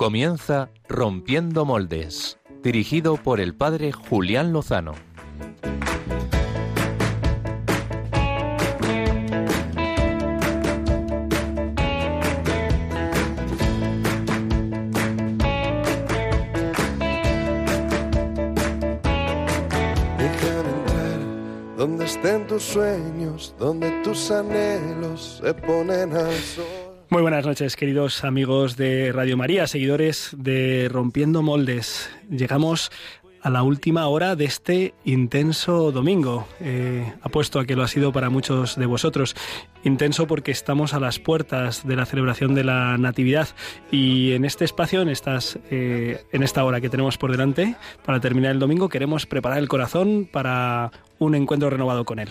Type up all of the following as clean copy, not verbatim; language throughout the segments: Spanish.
Comienza Rompiendo Moldes, dirigido por el padre Julián Lozano. Déjame entrar donde estén tus sueños, donde tus anhelos se ponen al sol. Muy buenas noches, queridos amigos de Radio María, seguidores de Rompiendo Moldes. Llegamos a la última hora de este intenso domingo. Apuesto a que lo ha sido para muchos de vosotros. Intenso porque estamos a las puertas de la celebración de la Natividad y en este espacio, en esta hora que tenemos por delante, para terminar el domingo, queremos preparar el corazón para un encuentro renovado con él.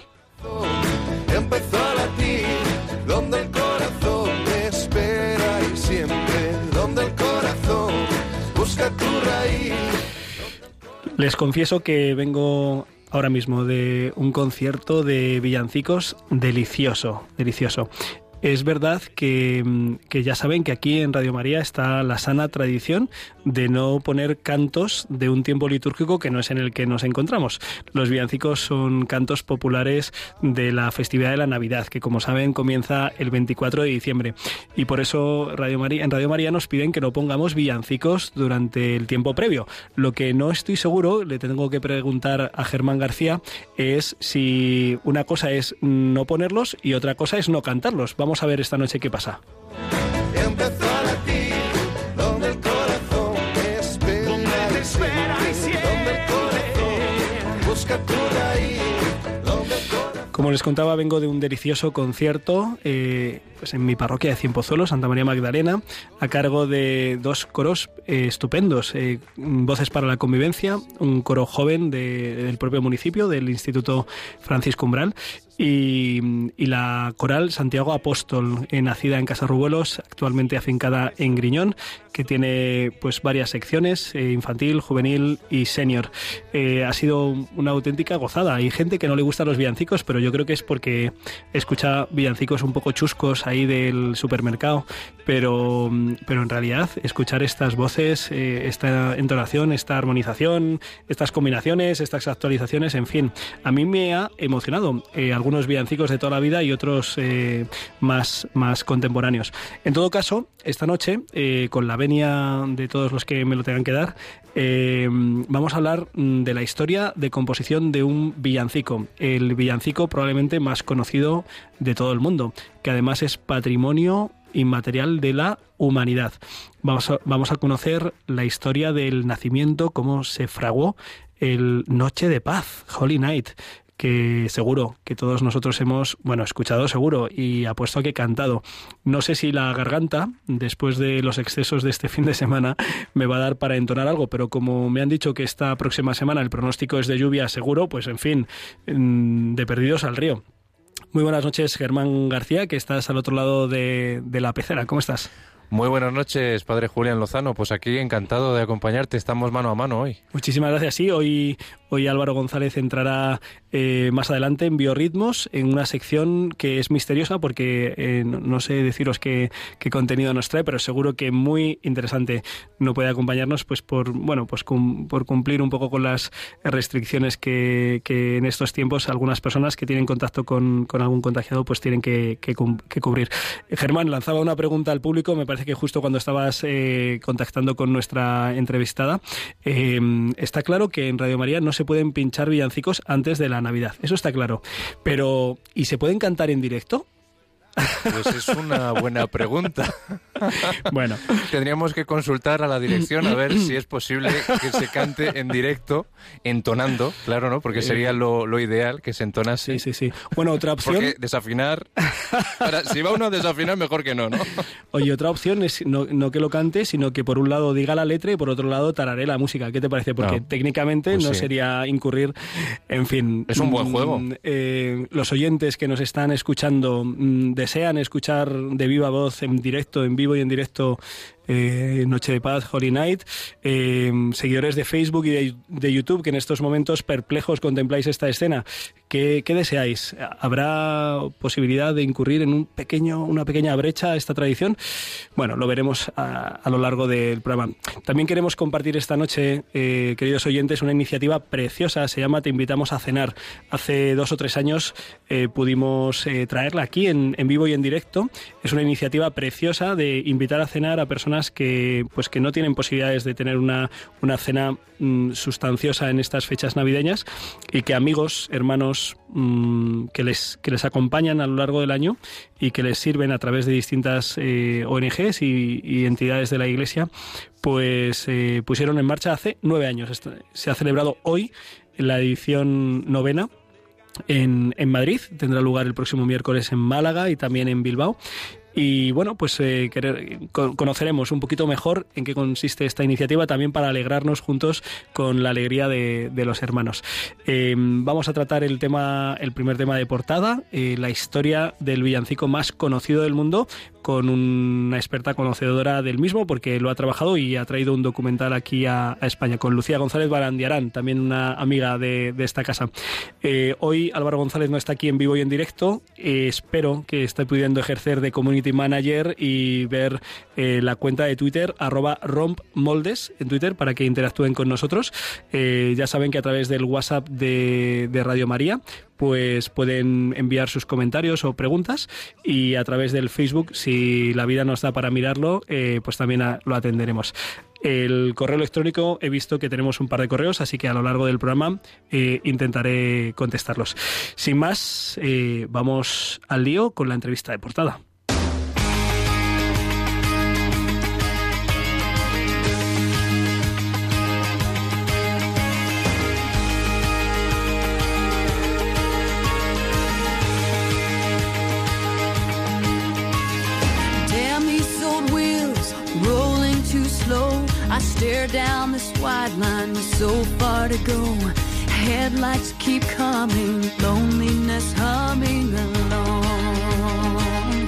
Empezó a latir donde el corazón espera y siempre donde el corazón busca tu raíz. Les confieso que vengo ahora mismo de un concierto de villancicos delicioso. Es verdad que ya saben que aquí en Radio María está la sana tradición de no poner cantos de un tiempo litúrgico que no es en el que nos encontramos. Los villancicos son cantos populares de la festividad de la Navidad, que como saben comienza el 24 de diciembre. Y por eso en Radio María nos piden que no pongamos villancicos durante el tiempo previo. Lo que no estoy seguro, le tengo que preguntar a Germán García, es si una cosa es no ponerlos y otra cosa es no cantarlos. Vamos a ver esta noche qué pasa. Empezó a latir donde el corazón espera y siempre donde el corazón busca tu raíz. Como les contaba, vengo de un delicioso concierto pues en mi parroquia de Cienpozuelos, Santa María Magdalena, a cargo de dos coros estupendos, Voces para la Convivencia, un coro joven del propio municipio, del Instituto Francisco Umbral, y la coral Santiago Apóstol, nacida en Casarrubuelos, actualmente afincada en Griñón, que tiene pues varias secciones, infantil, juvenil y senior. Ha sido una auténtica gozada. Hay gente que no le gustan los villancicos, pero yo creo que es porque escucha villancicos un poco chuscos ahí del supermercado, pero en realidad escuchar estas voces, esta entonación, esta armonización, estas combinaciones, estas actualizaciones, en fin, a mí me ha emocionado. Algunos villancicos de toda la vida y otros más contemporáneos. En todo caso, esta noche, con la venia de todos los que me lo tengan que dar, vamos a hablar de la historia de composición de un villancico, el villancico probablemente más conocido de todo el mundo, que además es patrimonio inmaterial de la humanidad. Vamos a conocer la historia del nacimiento, cómo se fraguó el Noche de Paz, Holy Night, que seguro que todos nosotros hemos, escuchado seguro y apuesto a que cantado. No sé si la garganta, después de los excesos de este fin de semana, me va a dar para entonar algo, pero como me han dicho que esta próxima semana el pronóstico es de lluvia seguro, pues en fin, de perdidos al río. Muy buenas noches, Germán García, que estás al otro lado de la pecera. ¿Cómo estás? Muy buenas noches, padre Julián Lozano. Pues aquí encantado de acompañarte. Estamos mano a mano hoy. Muchísimas gracias. Sí, hoy Álvaro González entrará más adelante en Biorritmos, en una sección que es misteriosa porque no sé deciros qué contenido nos trae, pero seguro que muy interesante. No puede acompañarnos pues por cumplir un poco con las restricciones que en estos tiempos algunas personas que tienen contacto con algún contagiado pues tienen que cubrir. Germán, lanzaba una pregunta al público, me parece que justo cuando estabas contactando con nuestra entrevistada. Está claro que en Radio María no se pueden pinchar villancicos antes de la Navidad, eso está claro. Pero, ¿y se pueden cantar en directo? Pues es una buena pregunta. Bueno, tendríamos que consultar a la dirección a ver si es posible que se cante en directo, entonando, claro, ¿no? Porque sería lo ideal que se entonase. Sí. Bueno, otra opción... Porque desafinar... si va uno a desafinar, mejor que no, ¿no? Oye, otra opción es no que lo cante, sino que por un lado diga la letra y por otro lado tararé la música. ¿Qué te parece? Porque técnicamente pues no sería incurrir... En fin... Es un buen juego. Los oyentes que nos están escuchando desean escuchar de viva voz, en directo, en vivo y en directo, Noche de Paz, Holy Night. Seguidores de Facebook y de YouTube que en estos momentos perplejos contempláis esta escena, ¿qué deseáis? ¿Habrá posibilidad de incurrir en una pequeña brecha a esta tradición? Bueno, lo veremos a lo largo del programa. También queremos compartir esta noche, queridos oyentes, una iniciativa preciosa, se llama Te invitamos a cenar. Hace 2 o 3 años pudimos traerla aquí en vivo y en directo. Es una iniciativa preciosa de invitar a cenar a personas que no tienen posibilidades de tener una cena sustanciosa en estas fechas navideñas, y que amigos, hermanos que les acompañan a lo largo del año y que les sirven a través de distintas ONGs y entidades de la Iglesia, pues pusieron en marcha hace 9 años. Se ha celebrado hoy la edición 9ª en Madrid, tendrá lugar el próximo miércoles en Málaga y también en Bilbao. Y bueno, pues conoceremos un poquito mejor en qué consiste esta iniciativa, también para alegrarnos juntos con la alegría de los hermanos. Vamos a tratar el primer tema de portada, la historia del villancico más conocido del mundo, con una experta conocedora del mismo, porque lo ha trabajado y ha traído un documental aquí a España, con Lucía González Barandiarán, también una amiga de esta casa. Hoy Álvaro González no está aquí en vivo y en directo. Espero que esté pudiendo ejercer de community manager y ver la cuenta de Twitter @rompmoldes en Twitter, para que interactúen con nosotros. Ya saben que a través del WhatsApp de Radio María pues pueden enviar sus comentarios o preguntas, y a través del Facebook, si la vida nos da para mirarlo, pues también lo atenderemos. El correo electrónico, he visto que tenemos un par de correos, así que a lo largo del programa intentaré contestarlos. Sin más, vamos al lío con la entrevista de portada. I stare down this wide line with so far to go. Headlights keep coming, loneliness humming along.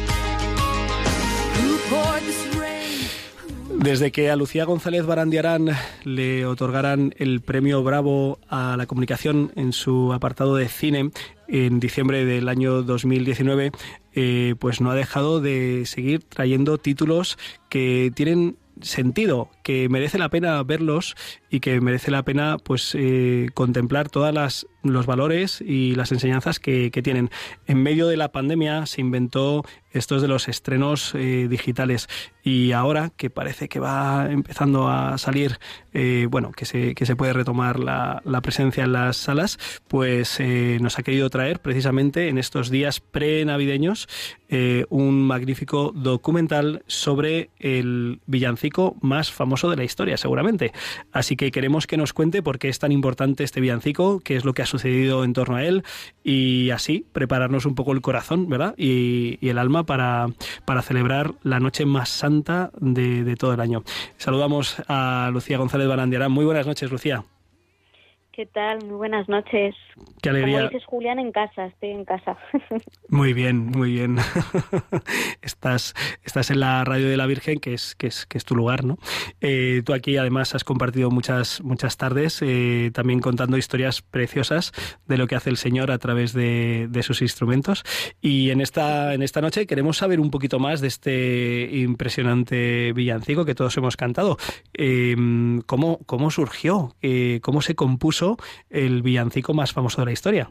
Who poured this rain? Desde que a Lucía González Barandiarán le otorgaran el premio Bravo a la comunicación en su apartado de cine en diciembre del año 2019, pues no ha dejado de seguir trayendo títulos que tienen sentido, que merece la pena verlos y que merece la pena pues contemplar todas los valores y las enseñanzas que tienen. En medio de la pandemia se inventó estos de los estrenos digitales, y ahora que parece que va empezando a salir, que se puede retomar la presencia en las salas, pues nos ha querido traer precisamente en estos días pre-navideños un magnífico documental sobre el villancico más famoso de la historia, seguramente. Así que queremos que nos cuente por qué es tan importante este villancico, qué es lo que ha sucedido en torno a él, y así prepararnos un poco el corazón, ¿verdad? Y el alma para celebrar la noche más santa de todo el año. Saludamos a Lucía González Barandiarán. Muy buenas noches, Lucía. ¿Qué tal? Muy buenas noches. Qué alegría. Como dices, Julián, estoy en casa. Muy bien, muy bien. Estás en la Radio de la Virgen, que es tu lugar, ¿no? Tú aquí además has compartido muchas tardes, también contando historias preciosas de lo que hace el Señor a través de sus instrumentos. Y en esta noche queremos saber un poquito más de este impresionante villancico que todos hemos cantado. ¿Cómo surgió? ¿Cómo se compuso el villancico más famoso de la historia?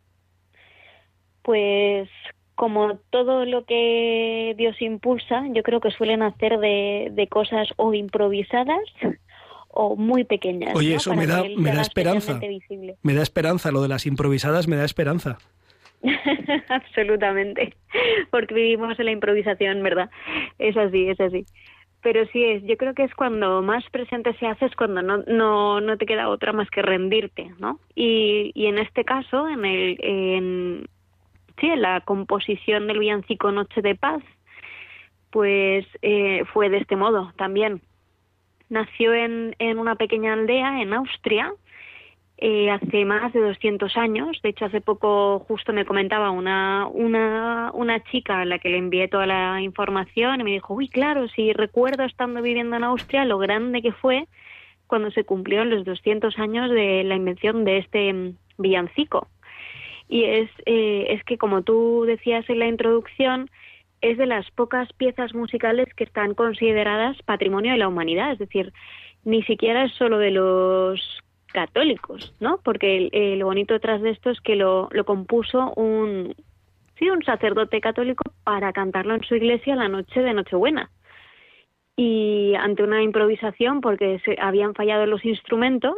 Pues como todo lo que Dios impulsa, yo creo que suelen hacer de cosas o improvisadas o muy pequeñas. Oye, ¿no? eso me da esperanza. Me da esperanza, lo de las improvisadas me da esperanza. Absolutamente, porque vivimos en la improvisación, ¿verdad? Es así. Pero sí yo creo que es cuando más presente se hace, es cuando no te queda otra más que rendirte, ¿no? Y en este caso, en la composición del villancico Noche de Paz, pues fue de este modo también. Nació en una pequeña aldea en Austria, hace más de 200 años. De hecho, hace poco justo me comentaba una chica a la que le envié toda la información y me dijo, uy, claro, sí recuerdo estando viviendo en Austria lo grande que fue cuando se cumplieron los 200 años de la invención de este villancico. Y es que, como tú decías en la introducción, es de las pocas piezas musicales que están consideradas patrimonio de la humanidad. Es decir, ni siquiera es solo de los católicos, ¿no? Porque lo bonito detrás de esto es que lo compuso un sacerdote católico para cantarlo en su iglesia la noche de Nochebuena. Y ante una improvisación, porque habían fallado los instrumentos,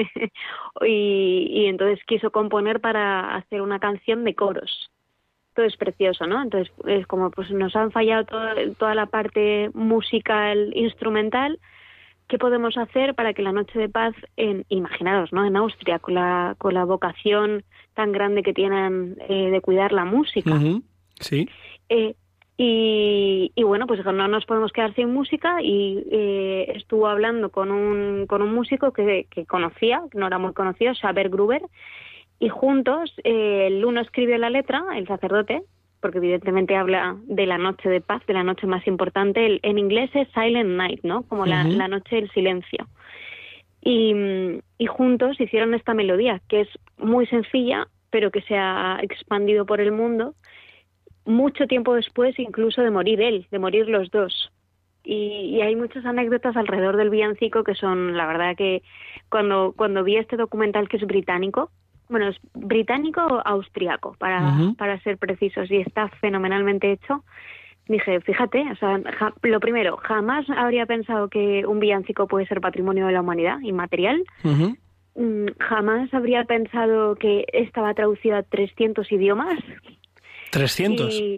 y entonces quiso componer para hacer una canción de coros. Todo es precioso, ¿no? Entonces, es como pues nos han fallado toda la parte musical, instrumental. ¿Qué podemos hacer para que la Noche de Paz, imaginaros, ¿no? En Austria, con la vocación tan grande que tienen de cuidar la música? Uh-huh. Sí. Y bueno, pues no nos podemos quedar sin música, y estuvo hablando con un músico que conocía, no era muy conocido, Xaver Gruber, y juntos el uno escribió la letra, el sacerdote, porque evidentemente habla de la noche de paz, de la noche más importante. En inglés es Silent Night, ¿no? Como la noche del silencio. Y juntos hicieron esta melodía, que es muy sencilla, pero que se ha expandido por el mundo mucho tiempo después incluso de morir los dos. Y hay muchas anécdotas alrededor del villancico que son, la verdad, que cuando vi este documental, que es británico, bueno, es británico o austriaco, para ser precisos, y está fenomenalmente hecho, dije, fíjate, o sea, lo primero, jamás habría pensado que un villancico puede ser patrimonio de la humanidad, inmaterial. Jamás habría pensado que estaba traducido a 300 idiomas. ¿300?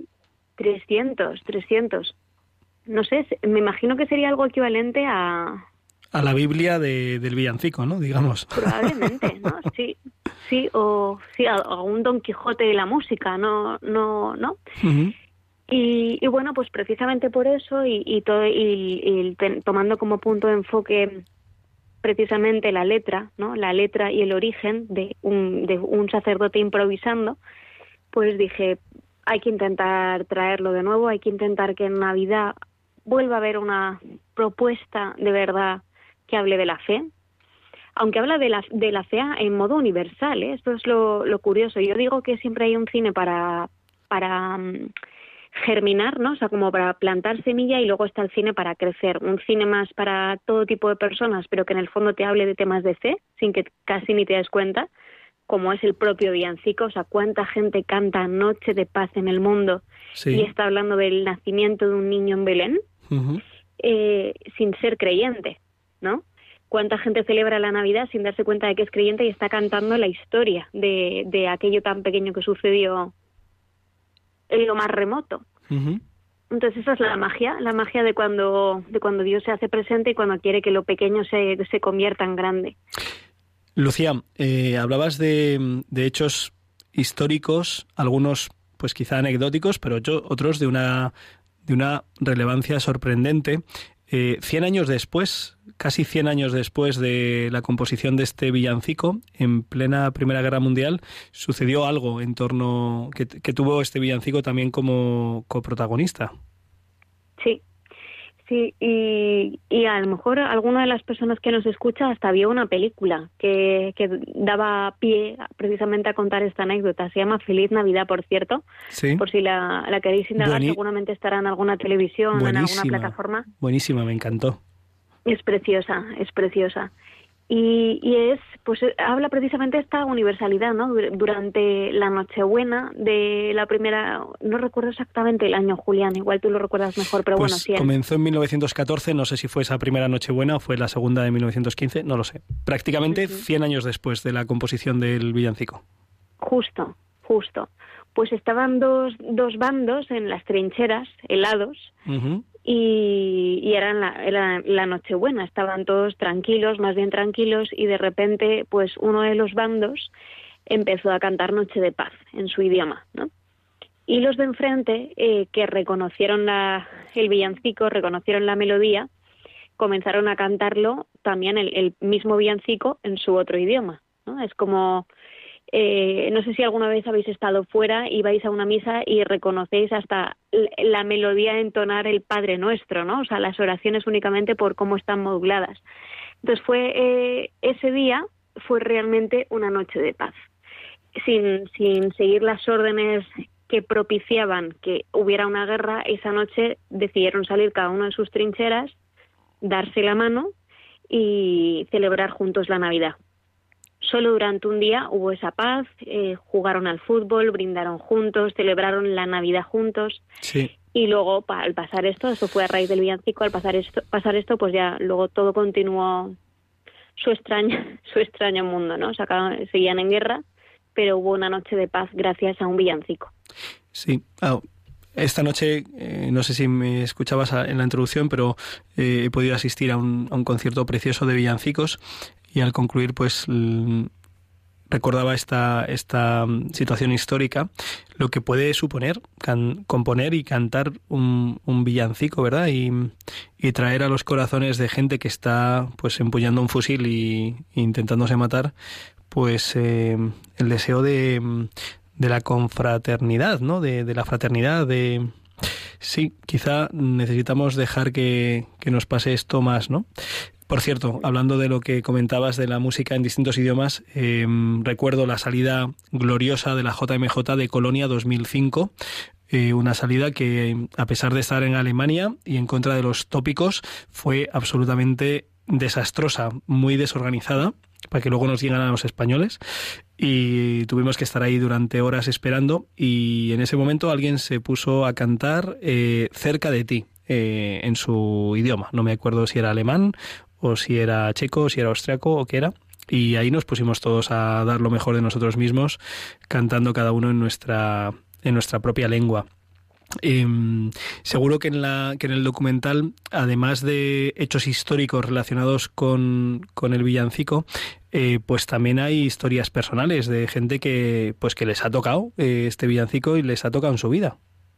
300. No sé, me imagino que sería algo equivalente a la Biblia del villancico, ¿no? Digamos. Probablemente, ¿no? Sí, o sí, a un Don Quijote de la música, no. Uh-huh. Y bueno, pues precisamente por eso y tomando como punto de enfoque precisamente la letra, ¿no? La letra y el origen de un sacerdote improvisando, pues dije, hay que intentar traerlo de nuevo, hay que intentar que en Navidad vuelva a haber una propuesta de verdad que hable de la fe, aunque habla de la fe en modo universal, ¿eh? Esto es lo curioso. Yo digo que siempre hay un cine para germinar, ¿no? O sea, como para plantar semilla, y luego está el cine para crecer. Un cine más para todo tipo de personas, pero que en el fondo te hable de temas de fe, sin que casi ni te des cuenta, como es el propio villancico. O sea, cuánta gente canta Noche de Paz en el mundo, sí, y está hablando del nacimiento de un niño en Belén, uh-huh, sin ser creyente, ¿no? Cuánta gente celebra la Navidad sin darse cuenta de que es creyente y está cantando la historia de aquello tan pequeño que sucedió en lo más remoto. Uh-huh. Entonces esa es la magia de cuando Dios se hace presente y cuando quiere que lo pequeño se convierta en grande. Lucía, hablabas de hechos históricos, algunos pues quizá anecdóticos, pero otros de una relevancia sorprendente. 100 años después, casi 100 años después de la composición de este villancico, en plena Primera Guerra Mundial, sucedió algo en torno que tuvo este villancico también como coprotagonista. Sí, y a lo mejor alguna de las personas que nos escucha hasta vio una película que daba pie precisamente a contar esta anécdota. Se llama Feliz Navidad, por cierto. Sí. Por si la queréis indagar, seguramente estará en alguna televisión o en alguna plataforma. Buenísima, me encantó. Es preciosa. Y pues habla precisamente de esta universalidad, ¿no? Durante la Nochebuena de la primera, no recuerdo exactamente el año, Julián, igual tú lo recuerdas mejor, pero pues bueno, sí. Comenzó en 1914, no sé si fue esa primera Nochebuena o fue la segunda de 1915, no lo sé. Prácticamente 100 años después de la composición del villancico. Justo. Pues estaban dos bandos en las trincheras, helados, uh-huh, y era la Nochebuena, estaban todos tranquilos, más bien tranquilos, y de repente pues uno de los bandos empezó a cantar Noche de Paz en su idioma, ¿no? Y los de enfrente, que reconocieron el villancico, reconocieron la melodía, comenzaron a cantarlo también el mismo villancico en su otro idioma, ¿no? Es como, no sé si alguna vez habéis estado fuera y vais a una misa y reconocéis hasta la melodía de entonar el Padre Nuestro, ¿no? O sea, las oraciones únicamente por cómo están moduladas. Entonces ese día fue realmente una noche de paz. Sin seguir las órdenes que propiciaban que hubiera una guerra, esa noche decidieron salir cada uno de sus trincheras, darse la mano y celebrar juntos la Navidad. Solo durante un día hubo esa paz, jugaron al fútbol, brindaron juntos, celebraron la Navidad juntos. Sí. Y luego, al pasar esto fue a raíz del villancico, al pasar esto, pues ya luego todo continuó su extraño mundo, ¿no? Seguían en guerra, pero hubo una noche de paz gracias a un villancico. Sí. Esta noche, no sé si me escuchabas en la introducción, pero he podido asistir a un concierto precioso de villancicos y al concluir, pues recordaba esta situación histórica, lo que puede suponer componer y cantar un villancico, ¿verdad? Y traer a los corazones de gente que está pues empuñando un fusil y intentándose matar, pues el deseo de la confraternidad, ¿no? De la fraternidad, sí, quizá necesitamos dejar que nos pase esto más, ¿no? Por cierto, hablando de lo que comentabas de la música en distintos idiomas, recuerdo la salida gloriosa de la JMJ de Colonia 2005, una salida que, a pesar de estar en Alemania y en contra de los tópicos, fue absolutamente desastrosa, muy desorganizada, para que luego nos llegaran a los españoles, y tuvimos que estar ahí durante horas esperando, y en ese momento alguien se puso a cantar Cerca de ti, en su idioma. No me acuerdo si era alemán o si era checo, o si era austriaco o qué era, y ahí nos pusimos todos a dar lo mejor de nosotros mismos, cantando cada uno en nuestra propia lengua. Seguro que en el documental, además de hechos históricos relacionados con el villancico, pues también hay historias personales de gente que les ha tocado este villancico y les ha tocado en su vida.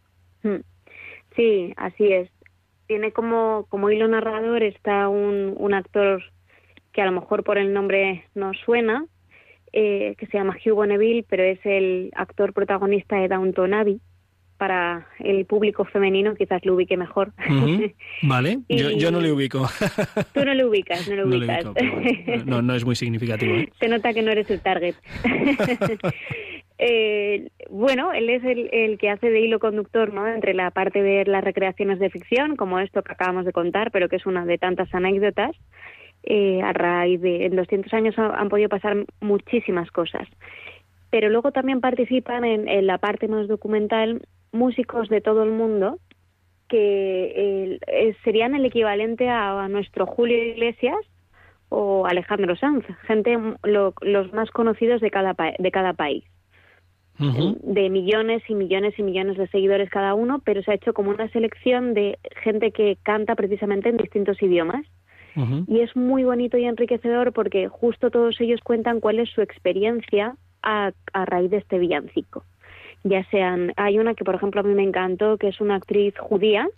Sí, así es. Tiene como hilo narrador está un actor que a lo mejor por el nombre no suena, que se llama Hugo Neville, pero es el actor protagonista de Downton Abbey. Para el público femenino quizás lo ubique mejor. Uh-huh. Vale, yo no le ubico. Tú no lo ubicas, no lo ubicas. Bueno, no es muy significativo, ¿eh? Se nota que no eres el target. Bueno, él es el que hace de hilo conductor, ¿no? Entre la parte de las recreaciones de ficción, como esto que acabamos de contar, pero que es una de tantas anécdotas. A raíz en 200 años han podido pasar muchísimas cosas. Pero luego también participan en la parte más documental músicos de todo el mundo que serían el equivalente a nuestro Julio Iglesias o Alejandro Sanz, gente los más conocidos de cada país. Uh-huh. De millones y millones y millones de seguidores cada uno, pero se ha hecho como una selección de gente que canta precisamente en distintos idiomas. Uh-huh. Y es muy bonito y enriquecedor porque justo todos ellos cuentan cuál es su experiencia a raíz de este villancico. Ya sean, hay una que por ejemplo a mí me encantó, que es una actriz judía,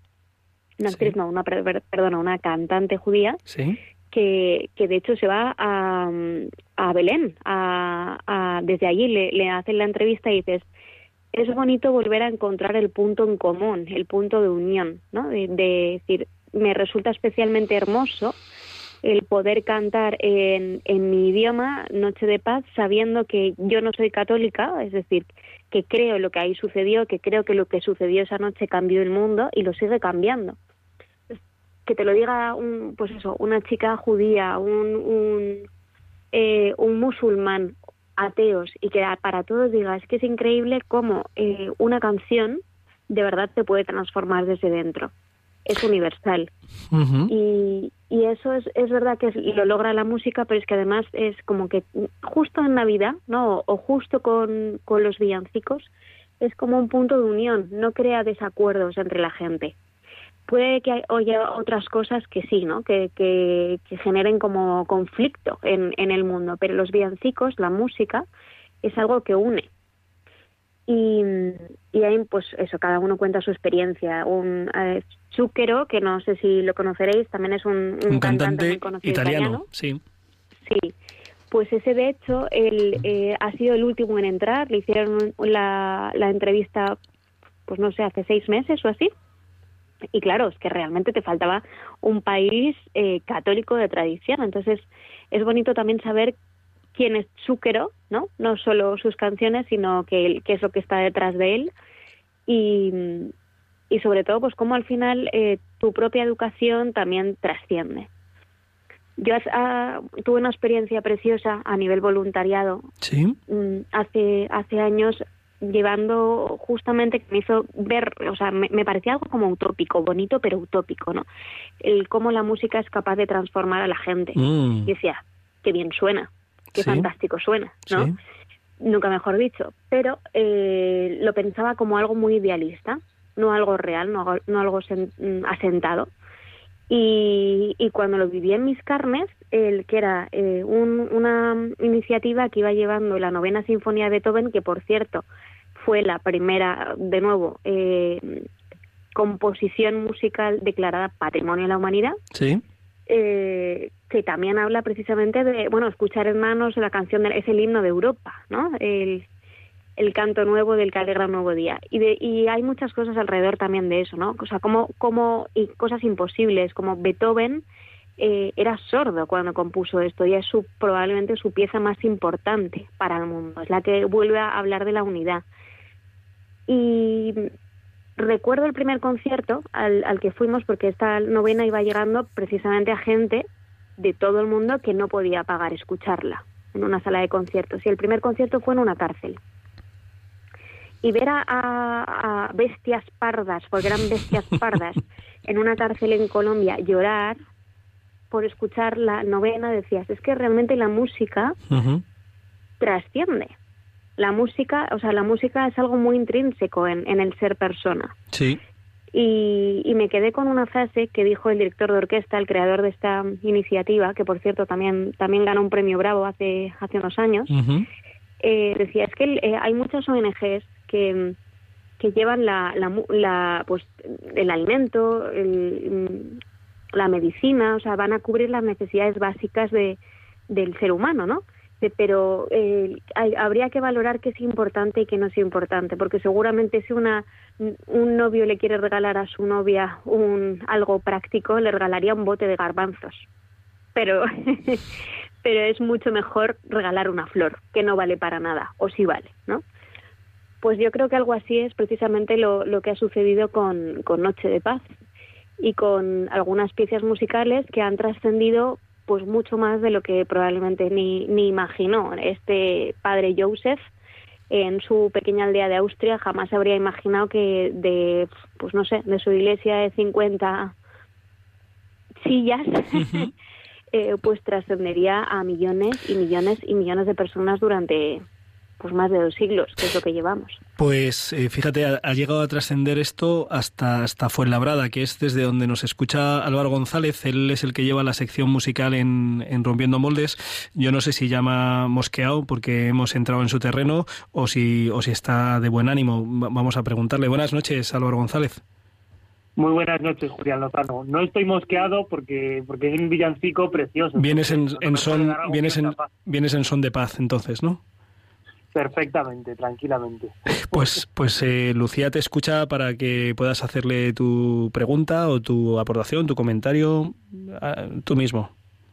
una cantante judía, ¿sí? que de hecho se va a Belén, desde allí le hacen la entrevista y dices, es bonito volver a encontrar el punto en común, el punto de unión, ¿no? De decir, me resulta especialmente hermoso el poder cantar en mi idioma Noche de Paz, sabiendo que yo no soy católica, es decir, que creo lo que ahí sucedió, que creo que lo que sucedió esa noche cambió el mundo y lo sigue cambiando. Que te lo diga una chica judía, un musulmán, ateos, y que para todos diga, es que es increíble cómo una canción de verdad te puede transformar desde dentro. Es universal. Uh-huh. Y eso es verdad que lo logra la música, pero es que además es como que justo en Navidad, ¿no? O justo con los villancicos, es como un punto de unión, no crea desacuerdos entre la gente. Puede que haya otras cosas que sí, ¿no? Que generen como conflicto en el mundo, pero los villancicos, la música, es algo que une. Y ahí, pues eso, cada uno cuenta su experiencia. Zucchero, que no sé si lo conoceréis, también es un cantante muy conocido italiano. Sí. Sí, Pues ese, de hecho, él ha sido el último en entrar. Le hicieron la entrevista, pues no sé, hace 6 meses o así. Y claro, es que realmente te faltaba un país católico de tradición. Entonces, es bonito también saber quién es Zúquero, ¿no? No solo sus canciones, sino qué es lo que está detrás de él. Y sobre todo, pues cómo al final tu propia educación también trasciende. Yo tuve una experiencia preciosa a nivel voluntariado. Sí. Hace años, llevando justamente, que me hizo ver, o sea, me parecía algo como utópico, bonito pero utópico, ¿no? El cómo la música es capaz de transformar a la gente. Y decía, qué bien suena, qué fantástico suena, ¿no? Sí. Nunca mejor dicho. Pero lo pensaba como algo muy idealista, no algo real, no algo asentado. Y cuando lo viví en mis carnes, que era una iniciativa que iba llevando la 9ª Sinfonía de Beethoven, que por cierto fue la primera, de nuevo, composición musical declarada Patrimonio de la Humanidad, Sí. que también habla precisamente de, bueno, escuchar hermanos, la canción, es el himno de Europa, ¿no? El canto nuevo del que alegra un nuevo día. Y hay muchas cosas alrededor también de eso, ¿no? O sea, y cosas imposibles, como Beethoven era sordo cuando compuso esto, y es probablemente su pieza más importante para el mundo, es la que vuelve a hablar de la unidad. Y recuerdo el primer concierto al que fuimos, porque esta 9ª iba llegando precisamente a gente de todo el mundo que no podía pagar escucharla en una sala de conciertos, y el primer concierto fue en una cárcel. Y ver a bestias pardas, porque eran bestias pardas, en una cárcel en Colombia llorar por escuchar la 9ª, decías, es que realmente la música trasciende. La música es algo muy intrínseco en el ser persona. Sí. Y me quedé con una frase que dijo el director de orquesta, el creador de esta iniciativa, que por cierto también ganó un premio Bravo hace unos años. Decía, es que hay muchas ONGs que llevan pues el alimento, la medicina, o sea, van a cubrir las necesidades básicas del ser humano, ¿no? Pero habría que valorar qué es importante y qué no es importante, porque seguramente si un novio le quiere regalar a su novia algo práctico, le regalaría un bote de garbanzos. Pero es mucho mejor regalar una flor, que no vale para nada, o sí vale, ¿no? Pues yo creo que algo así es precisamente lo que ha sucedido con Noche de Paz y con algunas piezas musicales que han trascendido pues mucho más de lo que probablemente ni imaginó. Este padre Joseph, en su pequeña aldea de Austria, jamás habría imaginado que de su iglesia de 50 sillas, pues trascendería a millones y millones y millones de personas durante pues más de 2 siglos, que es lo que llevamos. Pues fíjate, ha llegado a trascender esto hasta Fuenlabrada, que es desde donde nos escucha Álvaro González. Él es el que lleva la sección musical en Rompiendo Moldes. Yo no sé si llama mosqueado porque hemos entrado en su terreno o si está de buen ánimo. Vamos a preguntarle. Buenas noches, Álvaro González. Muy buenas noches, Julián Lozano. No estoy mosqueado porque es un villancico precioso. Vienes en son de paz, entonces, ¿no? Perfectamente, tranquilamente. Pues Lucía te escucha para que puedas hacerle tu pregunta o tu aportación, tu comentario, tú mismo.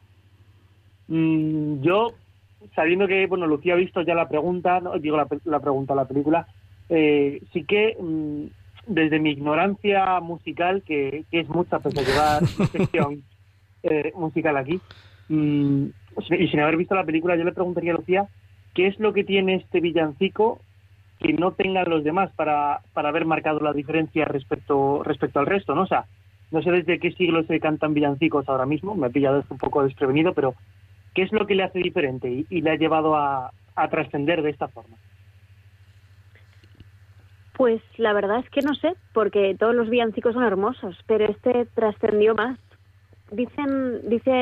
Yo, sabiendo que Lucía ha visto ya la pregunta, ¿no? Digo la pregunta, la película, sí que desde mi ignorancia musical, que es mucha pese a llevar sección musical aquí, y sin haber visto la película, yo le preguntaría a Lucía ¿qué es lo que tiene este villancico que no tengan los demás para haber marcado la diferencia respecto al resto, ¿no? O sea, no sé desde qué siglo se cantan villancicos ahora mismo, me ha pillado esto un poco desprevenido, pero ¿qué es lo que le hace diferente y le ha llevado a trascender de esta forma? Pues la verdad es que no sé, porque todos los villancicos son hermosos, pero este trascendió más. Dicen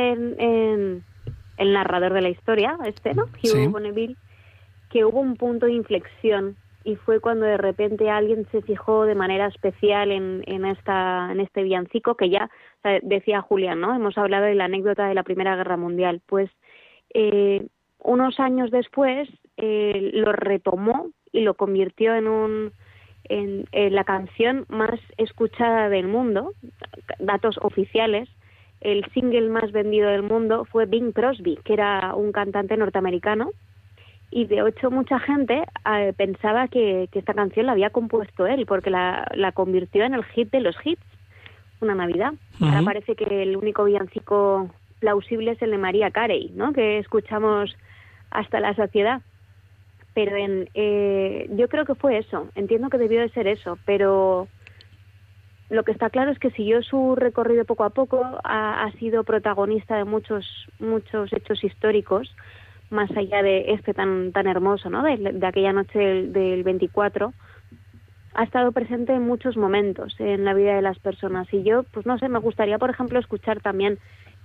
el narrador de la historia, ¿no? Hugh Bonneville, que hubo un punto de inflexión y fue cuando de repente alguien se fijó de manera especial en este villancico que ya, o sea, decía Julián, ¿no? Hemos hablado de la anécdota de la Primera Guerra Mundial. Pues unos años después lo retomó y lo convirtió en la canción más escuchada del mundo. Datos oficiales: el single más vendido del mundo fue Bing Crosby, que era un cantante norteamericano, y de hecho mucha gente pensaba que esta canción la había compuesto él, porque la convirtió en el hit de los hits, Una Navidad. Ahora parece que el único villancico plausible es el de Mariah Carey, ¿no?, que escuchamos hasta la saciedad. Pero yo creo que fue eso, entiendo que debió de ser eso, pero lo que está claro es que siguió su recorrido poco a poco, ha sido protagonista de muchos hechos históricos, más allá de este tan hermoso, ¿no?, de aquella noche del 24, ha estado presente en muchos momentos en la vida de las personas. Y yo, pues no sé, me gustaría, por ejemplo, escuchar también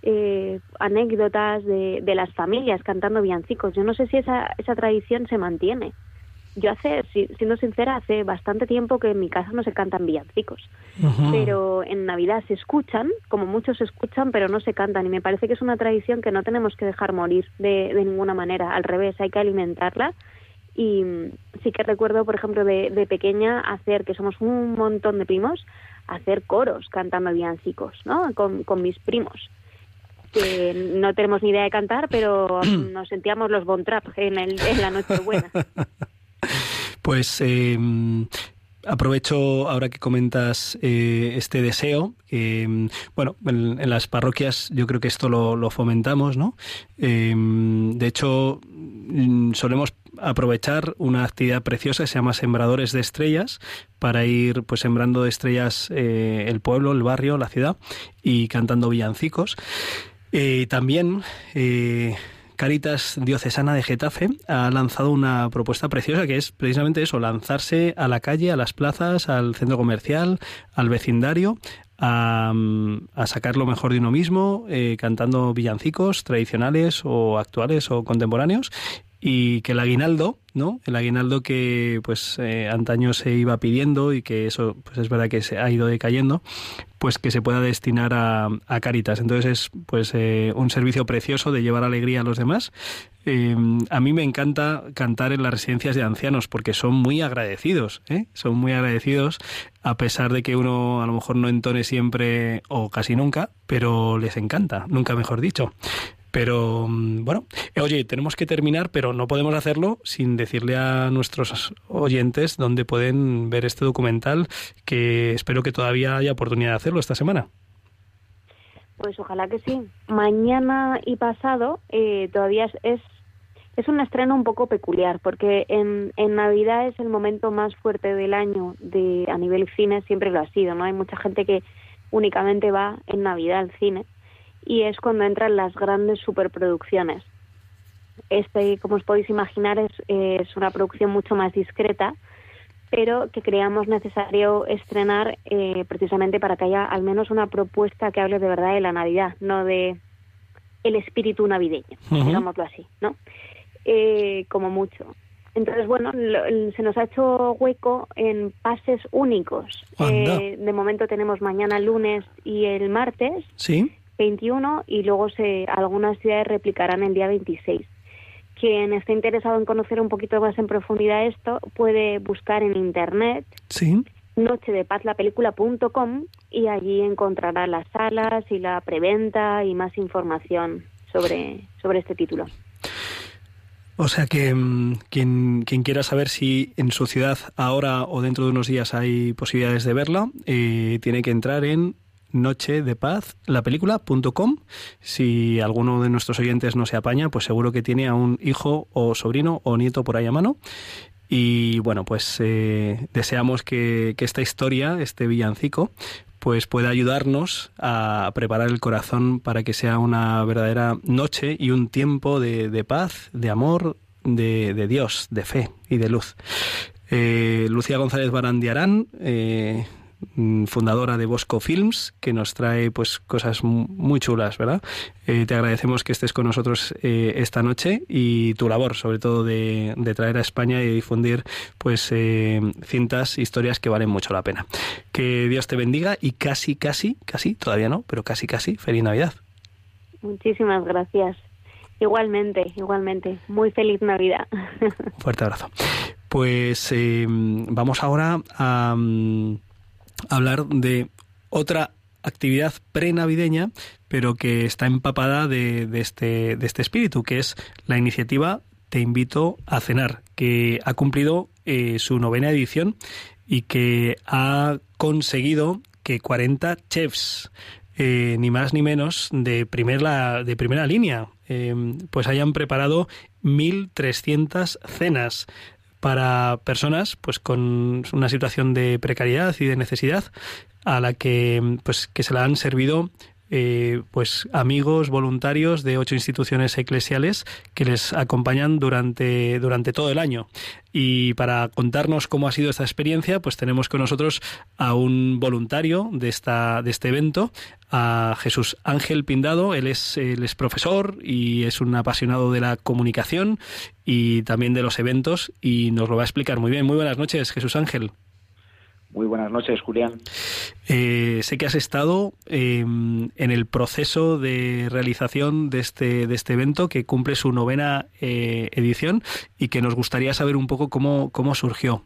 anécdotas de las familias cantando villancicos. Yo no sé si esa tradición se mantiene. Yo siendo sincera, hace bastante tiempo que en mi casa no se cantan villancicos, pero en Navidad se escuchan, como muchos se escuchan, pero no se cantan, y me parece que es una tradición que no tenemos que dejar morir de ninguna manera. Al revés, hay que alimentarla. Y sí que recuerdo, por ejemplo, de pequeña que somos un montón de primos, hacer coros cantando villancicos, ¿no?, con mis primos, que no tenemos ni idea de cantar, pero nos sentíamos los Von Trapp en la Nochebuena. Pues aprovecho ahora que comentas este deseo. Bueno, en las parroquias yo creo que esto lo fomentamos, ¿no? De hecho, solemos aprovechar una actividad preciosa que se llama Sembradores de Estrellas, para ir pues sembrando de estrellas el pueblo, el barrio, la ciudad, y cantando villancicos. También Cáritas Diocesana de Getafe ha lanzado una propuesta preciosa, que es precisamente eso: lanzarse a la calle, a las plazas, al centro comercial, al vecindario, a sacar lo mejor de uno mismo, cantando villancicos tradicionales o actuales o contemporáneos, y que el aguinaldo, ¿no?, el aguinaldo que pues antaño se iba pidiendo, y que eso pues es verdad que se ha ido decayendo, pues que se pueda destinar a Cáritas. Entonces es pues un servicio precioso de llevar alegría a los demás. A mí me encanta cantar en las residencias de ancianos, porque son muy agradecidos, son muy agradecidos, a pesar de que uno a lo mejor no entone siempre o casi nunca, pero les encanta, nunca mejor dicho. Pero bueno, oye, tenemos que terminar, pero no podemos hacerlo sin decirle a nuestros oyentes dónde pueden ver este documental, que espero que todavía haya oportunidad de hacerlo esta semana. Pues ojalá que sí. Mañana y pasado todavía es un estreno un poco peculiar, porque en Navidad es el momento más fuerte del año a nivel cine, siempre lo ha sido, ¿no? Hay mucha gente que únicamente va en Navidad al cine, y es cuando entran las grandes superproducciones. Como os podéis imaginar, es una producción mucho más discreta, pero que creamos necesario estrenar precisamente para que haya al menos una propuesta que hable de verdad de la Navidad, no de el espíritu navideño, digámoslo así, ¿no? Como mucho. Entonces, bueno, se nos ha hecho hueco en pases únicos. De momento tenemos mañana, lunes, y el martes. ¿Sí? 21, y luego algunas ciudades replicarán el día 26. Quien esté interesado en conocer un poquito más en profundidad esto, puede buscar en internet nochedepazlapelícula.com, y allí encontrará las salas y la preventa y más información sobre este título. O sea que quien quiera saber si en su ciudad ahora o dentro de unos días hay posibilidades de verla, tiene que entrar en nochedepazlapelícula.com. Si alguno de nuestros oyentes no se apaña, pues seguro que tiene a un hijo o sobrino o nieto por ahí a mano. Y bueno, pues deseamos que esta historia, este villancico, pues pueda ayudarnos a preparar el corazón para que sea una verdadera noche y un tiempo de paz, de amor, de Dios, de fe y de luz. Lucía González Barandiarán, fundadora de Bosco Films, que nos trae pues cosas muy chulas, ¿verdad? Te agradecemos que estés con nosotros esta noche, y tu labor, sobre todo, de traer a España y difundir pues cintas, historias que valen mucho la pena. Que Dios te bendiga, y casi, todavía no, pero casi, feliz Navidad. Muchísimas gracias. Igualmente. Muy feliz Navidad. Fuerte abrazo. Pues vamos ahora a hablar de otra actividad prenavideña, pero que está empapada de este espíritu, que es la iniciativa Te invito a cenar, que ha cumplido su 9ª edición y que ha conseguido que 40 chefs, ni más ni menos, de primera línea, pues hayan preparado 1.300 cenas para personas pues con una situación de precariedad y de necesidad, a la que se la han servido pues amigos voluntarios de 8 instituciones eclesiales que les acompañan durante todo el año. Y para contarnos cómo ha sido esta experiencia, pues tenemos con nosotros a un voluntario de este evento, a Jesús Ángel Pindado. Él es profesor y es un apasionado de la comunicación y también de los eventos, y nos lo va a explicar muy bien. Muy buenas noches, Jesús Ángel. Muy buenas noches, Julián. Sé que has estado en el proceso de realización de este evento, que cumple su 9ª edición, y que nos gustaría saber un poco cómo surgió.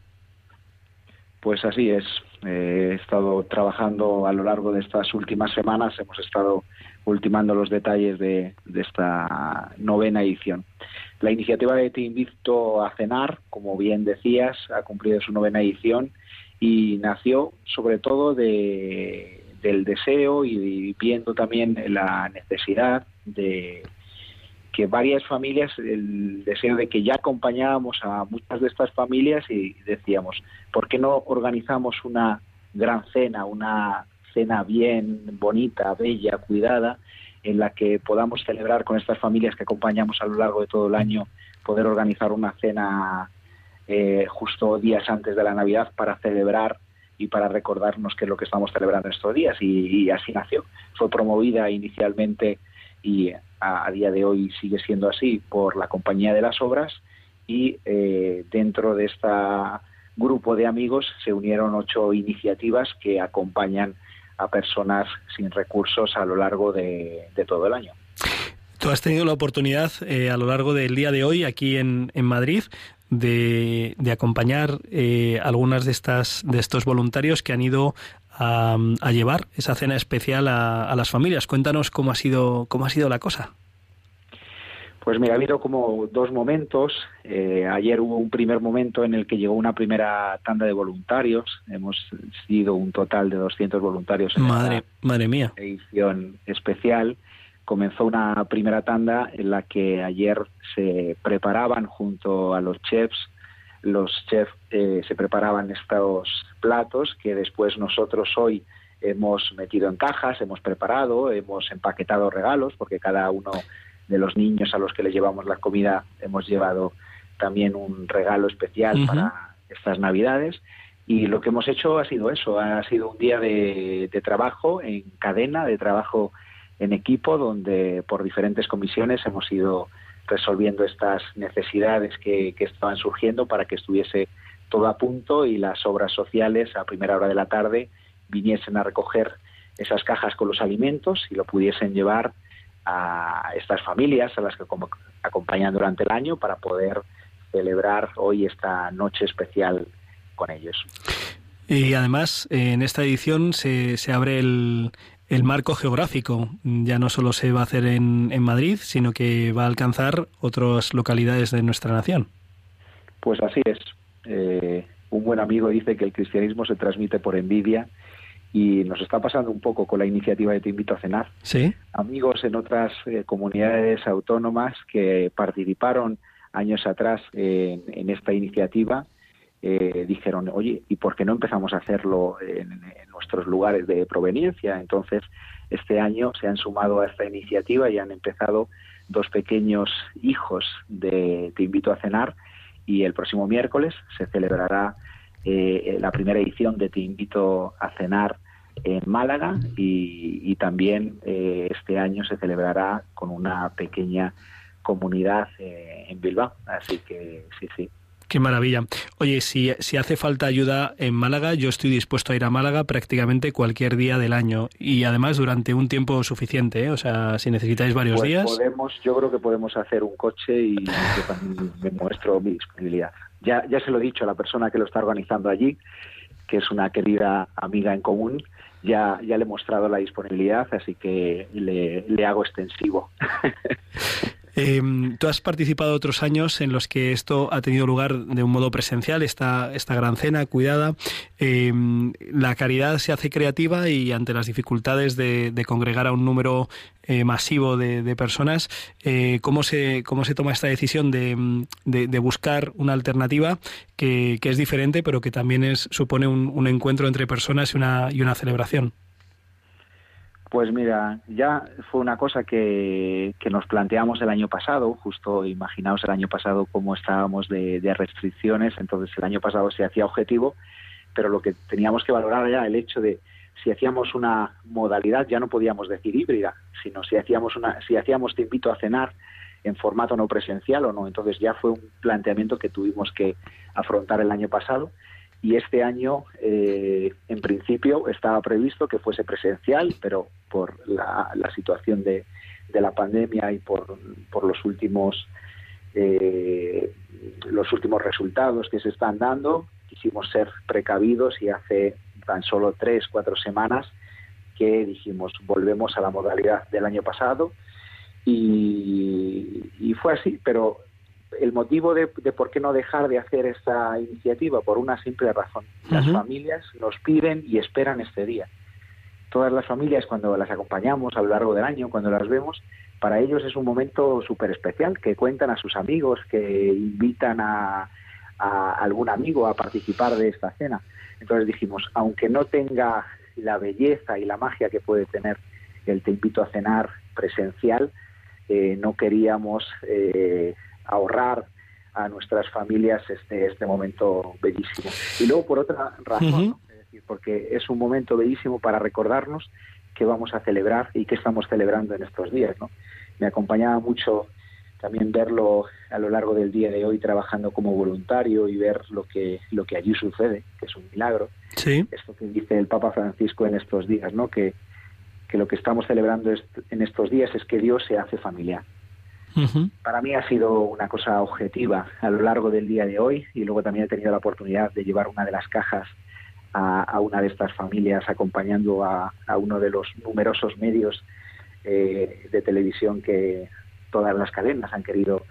Pues así es. He estado trabajando a lo largo de estas últimas semanas. Hemos estado ultimando los detalles de esta 9ª edición. La iniciativa de Te invito a cenar, como bien decías, ha cumplido su 9ª edición. Y nació sobre todo del deseo y viendo también la necesidad de que varias familias, el deseo de que ya acompañábamos a muchas de estas familias y decíamos, ¿por qué no organizamos una gran cena, una cena bien bonita, bella, cuidada, en la que podamos celebrar con estas familias que acompañamos a lo largo de todo el año, poder organizar una cena justo días antes de la Navidad para celebrar y para recordarnos qué es lo que estamos celebrando estos días, y así nació. Fue promovida inicialmente y a día de hoy sigue siendo así por la Compañía de las Obras, y dentro de este grupo de amigos se unieron 8 iniciativas que acompañan a personas sin recursos a lo largo de todo el año. Tú has tenido la oportunidad a lo largo del día de hoy aquí en Madrid de acompañar algunas de estos voluntarios que han ido a llevar esa cena especial a las familias. Cuéntanos cómo ha sido la cosa. Pues mira, ha habido como 2 momentos. Ayer hubo un primer momento en el que llegó una primera tanda de voluntarios. Hemos sido un total de 200 voluntarios en madre mía, edición especial. Comenzó una primera tanda en la que ayer se preparaban junto a los chefs. Los chefs se preparaban estos platos que después nosotros hoy hemos metido en cajas, hemos preparado, hemos empaquetado regalos, porque cada uno de los niños a los que les llevamos la comida hemos llevado también un regalo especial para estas Navidades. Y lo que hemos hecho ha sido eso, ha sido un día de trabajo en cadena, de trabajo en equipo, donde por diferentes comisiones hemos ido resolviendo estas necesidades que estaban surgiendo para que estuviese todo a punto y las obras sociales a primera hora de la tarde viniesen a recoger esas cajas con los alimentos y lo pudiesen llevar a estas familias a las que acompañan durante el año para poder celebrar hoy esta noche especial con ellos. Y además en esta edición se abre el marco geográfico. Ya no solo se va a hacer en Madrid, sino que va a alcanzar otras localidades de nuestra nación. Pues así es. Un buen amigo dice que el cristianismo se transmite por envidia, y nos está pasando un poco con la iniciativa de Te invito a cenar. ¿Sí? Amigos en otras comunidades autónomas que participaron años atrás en esta iniciativa dijeron, oye, ¿y por qué no empezamos a hacerlo en nuestros lugares de proveniencia? Entonces, este año se han sumado a esta iniciativa y han empezado 2 pequeños hijos de Te invito a cenar, y el próximo miércoles se celebrará la primera edición de Te invito a cenar en Málaga, y también este año se celebrará con una pequeña comunidad en Bilbao. Así que sí. Qué maravilla. Oye, si hace falta ayuda en Málaga, yo estoy dispuesto a ir a Málaga prácticamente cualquier día del año y además durante un tiempo suficiente, ¿eh? O sea, si necesitáis varios días. Yo creo que podemos hacer un coche y yo también me muestro mi disponibilidad. Ya se lo he dicho a la persona que lo está organizando allí, que es una querida amiga en común. Ya le he mostrado la disponibilidad, así que le hago extensivo. Tú has participado otros años en los que esto ha tenido lugar de un modo presencial, esta gran cena cuidada. La caridad se hace creativa y ante las dificultades de congregar a un número masivo de personas, ¿cómo se toma esta decisión de buscar una alternativa que es diferente, pero que también supone un encuentro entre personas y una celebración? Pues mira, ya fue una cosa que nos planteamos el año pasado, justo imaginaos el año pasado cómo estábamos de restricciones, entonces el año pasado se hacía objetivo, pero lo que teníamos que valorar era el hecho de si hacíamos una modalidad, ya no podíamos decir híbrida, sino si hacíamos Te invito a cenar en formato no presencial o no, entonces ya fue un planteamiento que tuvimos que afrontar el año pasado. Y este año, en principio, estaba previsto que fuese presencial, pero por la situación de la pandemia y por los últimos resultados que se están dando, quisimos ser precavidos y hace tan solo 3-4 semanas que dijimos volvemos a la modalidad del año pasado y fue así, pero el motivo de por qué no dejar de hacer esta iniciativa, por una simple razón. Las familias nos piden y esperan este día. Todas las familias, cuando las acompañamos a lo largo del año, cuando las vemos, para ellos es un momento súper especial, que cuentan a sus amigos, que invitan a algún amigo a participar de esta cena. Entonces dijimos, aunque no tenga la belleza y la magia que puede tener el Te invito a cenar presencial, no queríamos ahorrar a nuestras familias este momento bellísimo. Y luego por otra razón, ¿no? Es decir, porque es un momento bellísimo para recordarnos que vamos a celebrar y que estamos celebrando en estos días, ¿no? Me acompañaba mucho también verlo a lo largo del día de hoy trabajando como voluntario y ver lo que allí sucede, que es un milagro. Sí. Esto que dice el Papa Francisco en estos días, ¿no? Que lo que estamos celebrando en estos días es que Dios se hace familiar. Para mí ha sido una cosa objetiva a lo largo del día de hoy y luego también he tenido la oportunidad de llevar una de las cajas a una de estas familias acompañando a uno de los numerosos medios de televisión que todas las cadenas han querido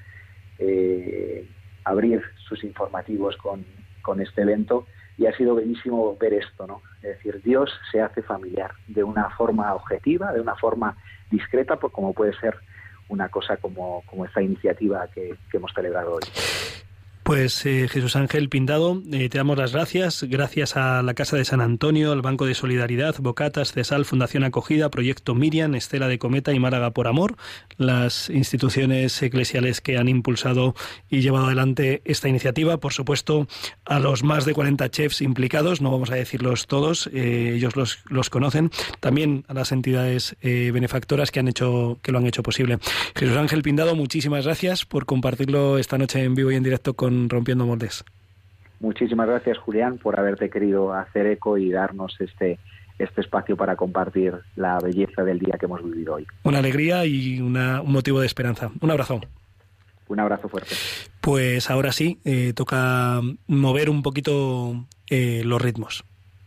abrir sus informativos con este evento y ha sido bellísimo ver esto, ¿no? Es decir, Dios se hace familiar de una forma objetiva, de una forma discreta, pues como puede ser una cosa como esta iniciativa que hemos celebrado hoy. Pues Jesús Ángel Pindado, te damos las gracias a la Casa de San Antonio, al Banco de Solidaridad, Bocatas, CESAL, Fundación Acogida, Proyecto Miriam, Estela de Cometa y Málaga por Amor, las instituciones eclesiales que han impulsado y llevado adelante esta iniciativa, por supuesto a los más de 40 chefs implicados, no vamos a decirlos todos, ellos los conocen, también a las entidades benefactoras que lo han hecho posible. Jesús Ángel Pindado, muchísimas gracias por compartirlo esta noche en vivo y en directo con Rompiendo Moldes. Muchísimas gracias, Julián, por haberte querido hacer eco y darnos este espacio para compartir la belleza del día que hemos vivido hoy. Una alegría y un motivo de esperanza. Un abrazo. Un abrazo fuerte. Pues ahora sí, toca mover un poquito los ritmos.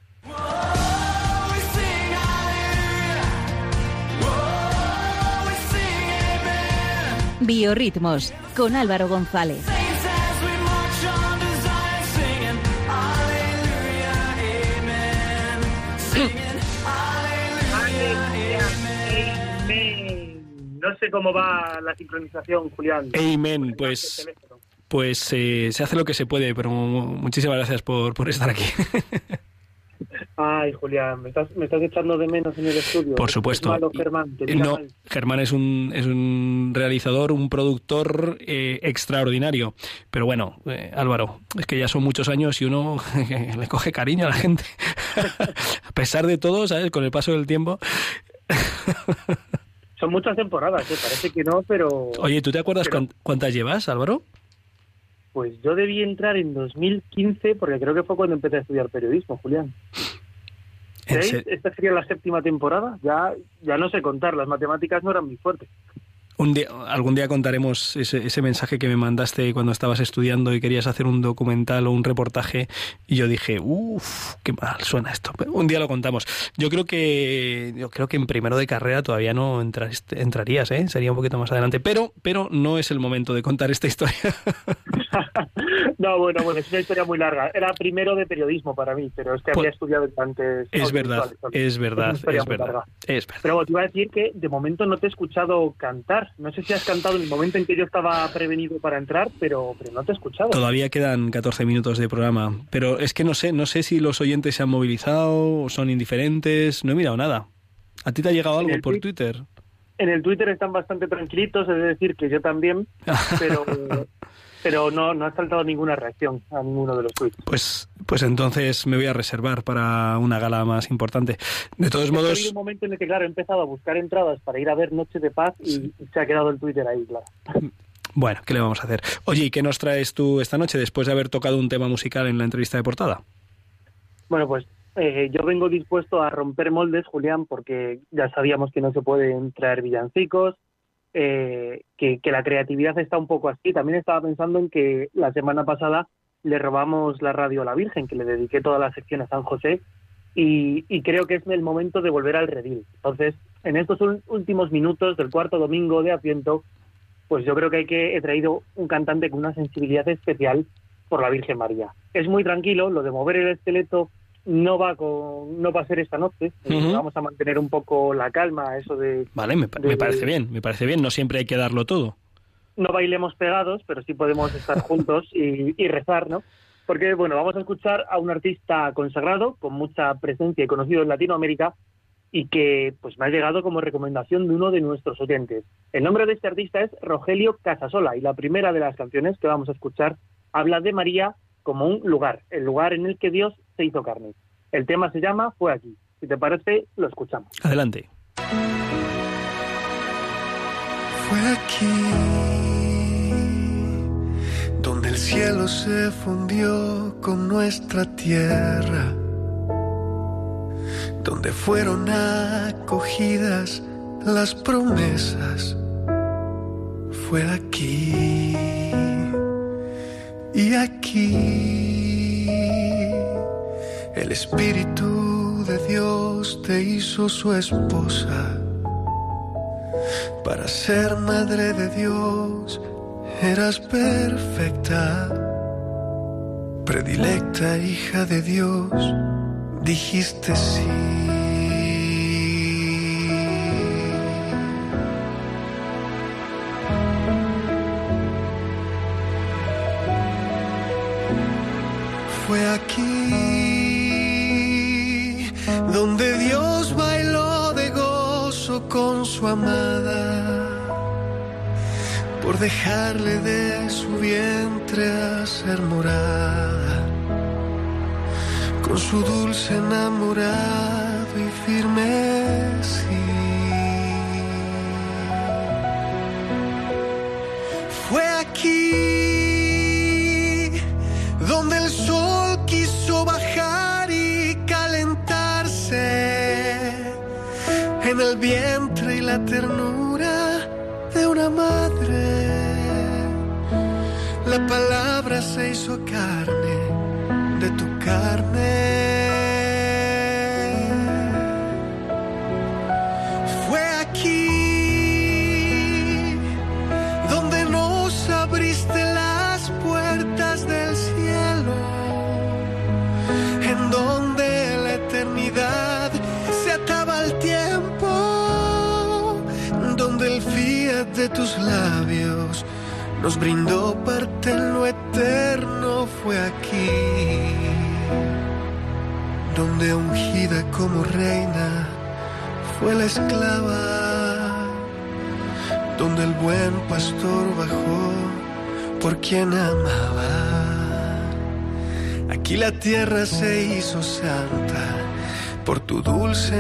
Biorritmos, con Álvaro González. No sé cómo va la sincronización, Julián. Amén, pues se hace lo que se puede, pero muchísimas gracias por estar aquí. Ay, Julián, me estás echando de menos en el estudio. Por supuesto. Malo, Germán, no, Germán es un realizador, un productor extraordinario. Pero bueno, Álvaro, es que ya son muchos años y uno le coge cariño a la gente. A pesar de todo, ¿sabes? Con el paso del tiempo. Son muchas temporadas, parece que no, pero... Oye, ¿tú te acuerdas cuántas llevas, Álvaro? Pues yo debí entrar en 2015, porque creo que fue cuando empecé a estudiar periodismo, Julián. Esta sería la 7ª temporada. Ya no sé contar, las matemáticas no eran muy fuertes. Algún día contaremos ese mensaje que me mandaste cuando estabas estudiando y querías hacer un documental o un reportaje, y yo dije, qué mal suena esto. Pero un día lo contamos. Yo creo que en primero de carrera todavía no entrarías, ¿eh? Sería un poquito más adelante, pero no es el momento de contar esta historia. No, bueno, es una historia muy larga. Era primero de periodismo para mí, pero es que había estudiado antes. Es verdad. Pero te iba a decir que de momento no te he escuchado cantar. No sé si has cantado en el momento en que yo estaba prevenido para entrar, pero no te he escuchado. Todavía quedan 14 minutos de programa, pero es que no sé si los oyentes se han movilizado o son indiferentes. No he mirado nada. ¿A ti te ha llegado algo por Twitter? En el Twitter están bastante tranquilitos, es decir, que yo también, pero no ha saltado ninguna reacción a ninguno de los tweets. Pues entonces me voy a reservar para una gala más importante. De todos modos... Ha habido un momento en el que, claro, he empezado a buscar entradas para ir a ver Noche de Paz y se ha quedado el Twitter ahí, claro. Bueno, ¿qué le vamos a hacer? Oye, ¿y qué nos traes tú esta noche después de haber tocado un tema musical en la entrevista de portada? Bueno, pues yo vengo dispuesto a romper moldes, Julián, porque ya sabíamos que no se pueden traer villancicos, que la creatividad está un poco así. También estaba pensando en que la semana pasada le robamos la radio a la Virgen, que le dediqué toda la sección a San José, y creo que es el momento de volver al redil. Entonces, en estos últimos minutos del cuarto domingo de Adviento, pues yo creo que he traído un cantante con una sensibilidad especial por la Virgen María. Es muy tranquilo, lo de mover el esqueleto no va a ser esta noche. Vamos a mantener un poco la calma, eso de... Vale, me parece bien, no siempre hay que darlo todo. No bailemos pegados, pero sí podemos estar juntos y rezar, ¿no? Porque, bueno, vamos a escuchar a un artista consagrado, con mucha presencia y conocido en Latinoamérica, y que pues me ha llegado como recomendación de uno de nuestros oyentes. El nombre de este artista es Rogelio Casasola, y la primera de las canciones que vamos a escuchar habla de María como un lugar, el lugar en el que Dios se hizo carne. El tema se llama Fue aquí. Si te parece, lo escuchamos. Adelante. Fue aquí donde el cielo se fundió con nuestra tierra, donde fueron acogidas las promesas. Fue aquí y aquí el Espíritu de Dios te hizo su esposa. Para ser madre de Dios eras perfecta, predilecta hija de Dios, dijiste sí. Fue aquí donde Dios bailó de gozo con su amada, por dejarle de su vientre hacer morada, con su dulce enamorado y firme sí. Fue aquí donde el sol quiso bajar y calentarse en el vientre y la ternura de una madre. La palabra se hizo carne, de tu carne. Fue aquí donde nos abriste las puertas del cielo, en donde la eternidad se ataba al tiempo, donde el fiat de tus labios nos brindó parte en lo eterno. Fue aquí donde ungida como reina fue la esclava, donde el buen pastor bajó por quien amaba. Aquí la tierra se hizo santa por tu dulce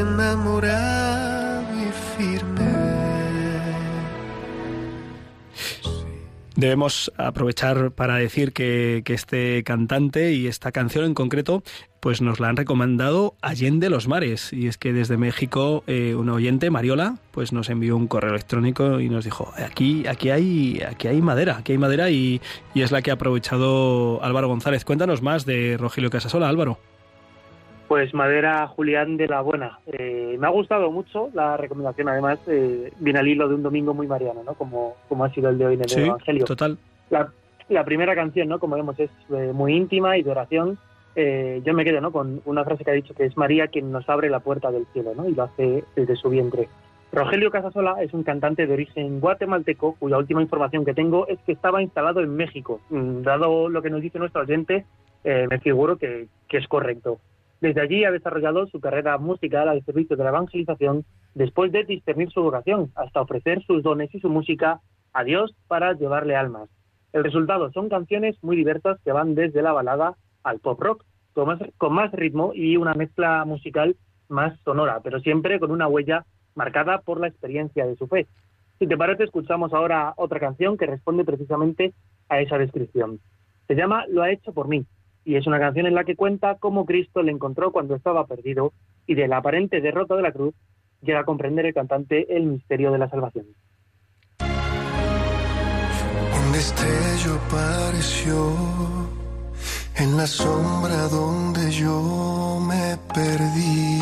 enamorado y firme. Debemos aprovechar para decir que este cantante y esta canción en concreto pues nos la han recomendado Allende los Mares, y es que desde México una oyente, Mariola, pues nos envió un correo electrónico y nos dijo aquí hay madera y es la que ha aprovechado Álvaro González. Cuéntanos más de Rogelio Casasola, Álvaro. Pues madera, Julián, de la buena. Me ha gustado mucho la recomendación, además viene al hilo de un domingo muy mariano, ¿no? Como ha sido el de hoy en el Evangelio. Total. La primera canción, ¿no? Como vemos, es muy íntima y de oración. Yo me quedo, ¿no? Con una frase que ha dicho, que es María quien nos abre la puerta del cielo, ¿no? Y lo hace desde su vientre. Rogelio Casasola es un cantante de origen guatemalteco, cuya última información que tengo es que estaba instalado en México. Dado lo que nos dice nuestro oyente, me figuro que es correcto. Desde allí ha desarrollado su carrera musical al servicio de la evangelización, después de discernir su vocación, hasta ofrecer sus dones y su música a Dios para llevarle almas. El resultado son canciones muy diversas que van desde la balada al pop rock, con más ritmo y una mezcla musical más sonora, pero siempre con una huella marcada por la experiencia de su fe. Si te parece, escuchamos ahora otra canción que responde precisamente a esa descripción. Se llama Lo ha hecho por mí, y es una canción en la que cuenta cómo Cristo le encontró cuando estaba perdido, y de la aparente derrota de la cruz llega a comprender el cantante el misterio de la salvación. Un destello apareció en la sombra donde yo me perdí,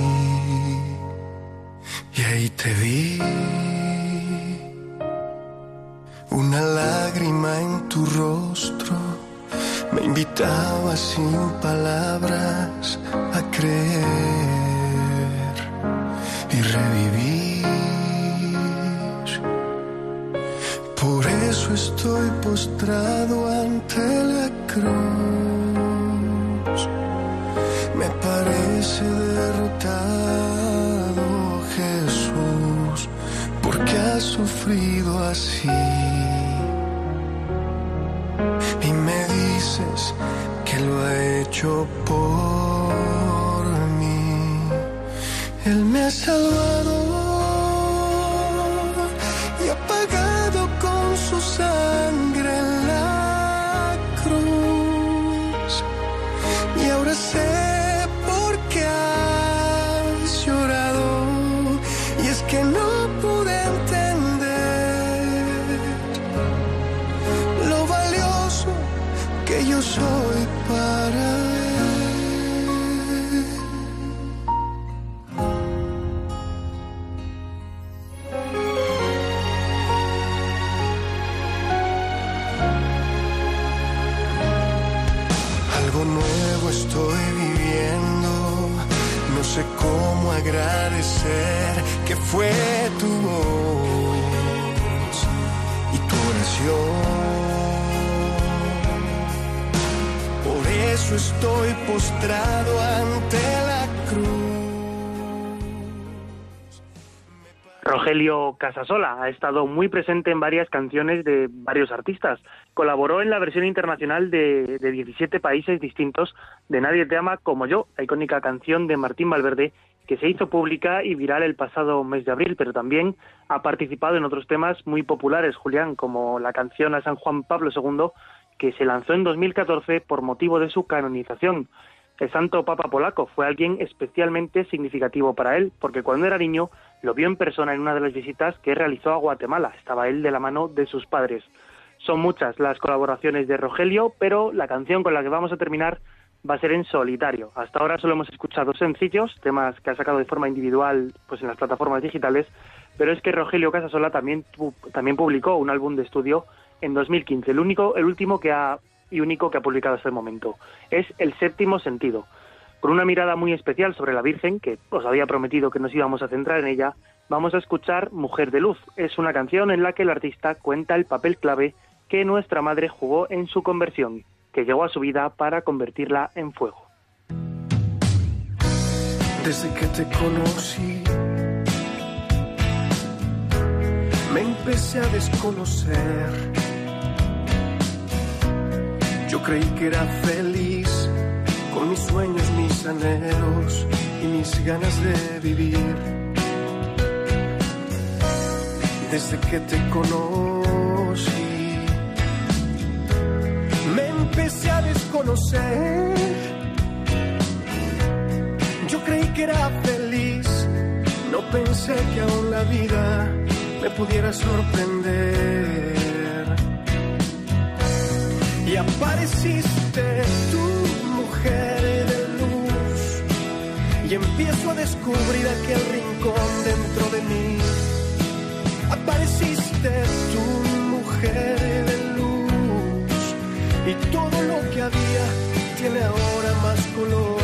y ahí te vi. Una lágrima en tu rostro me invitaba sin palabras a creer y revivir. Por eso estoy postrado ante la cruz. Me parece derrotado Jesús, porque has sufrido así. Y me dices que lo ha hecho por mí. Él me ha salvado y ha pagado con su sangre en la cruz. Y ahora sé por qué has llorado, y es que no pude entender lo valioso que yo soy para él. Algo nuevo estoy viviendo, no sé cómo agradecer que fue tu voz y tu oración. Por eso estoy postrado ante la cruz. Rogelio Casasola ha estado muy presente en varias canciones de varios artistas. Colaboró en la versión internacional de 17 países distintos de Nadie te ama como yo, la icónica canción de Martín Valverde, que se hizo pública y viral el pasado mes de abril, pero también ha participado en otros temas muy populares, Julián, como la canción a San Juan Pablo II, que se lanzó en 2014 por motivo de su canonización. El santo papa polaco fue alguien especialmente significativo para él, porque cuando era niño lo vio en persona en una de las visitas que realizó a Guatemala. Estaba él de la mano de sus padres. Son muchas las colaboraciones de Rogelio, pero la canción con la que vamos a terminar va a ser en solitario. Hasta ahora solo hemos escuchado sencillos, temas que ha sacado de forma individual pues en las plataformas digitales, pero es que Rogelio Casasola también publicó un álbum de estudio en 2015, el último que ha publicado hasta el momento. Es El Séptimo Sentido. Con una mirada muy especial sobre la Virgen, que os había prometido que nos íbamos a centrar en ella, vamos a escuchar Mujer de Luz. Es una canción en la que el artista cuenta el papel clave que nuestra madre jugó en su conversión, que llegó a su vida para convertirla en fuego. Desde que te conocí, me empecé a desconocer. Yo creí que era feliz con mis sueños, mis anhelos y mis ganas de vivir. Desde que te conocí, empecé a desconocer. Yo creí que era feliz, no pensé que aún la vida me pudiera sorprender. Y apareciste tú, mujer de luz, y empiezo a descubrir aquel rincón dentro de mí. Apareciste tú, mujer de luz, y todo lo que había tiene ahora más color.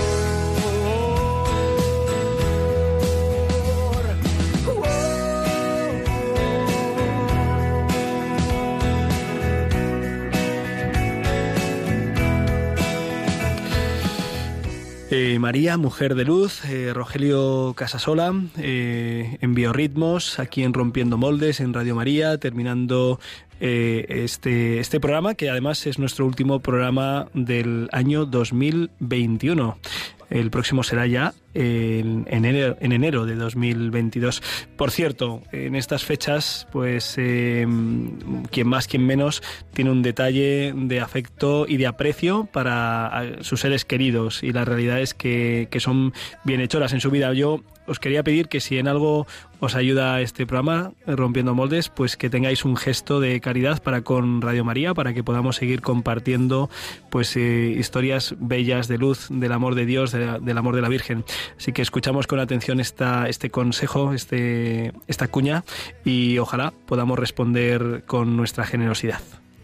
María, mujer de luz, Rogelio Casasola, en Biorritmos, aquí en Rompiendo Moldes, en Radio María, terminando este programa, que además es nuestro último programa del año 2021. El próximo será ya en enero de 2022. Por cierto, en estas fechas, pues quien más, quien menos, tiene un detalle de afecto y de aprecio para sus seres queridos, y la realidad es que son bienhechoras en su vida. Yo os quería pedir que si en algo os ayuda este programa, Rompiendo Moldes, pues que tengáis un gesto de caridad para con Radio María, para que podamos seguir compartiendo pues historias bellas de luz, del amor de Dios, del amor de la Virgen. Así que escuchamos con atención este consejo, esta cuña, y ojalá podamos responder con nuestra generosidad.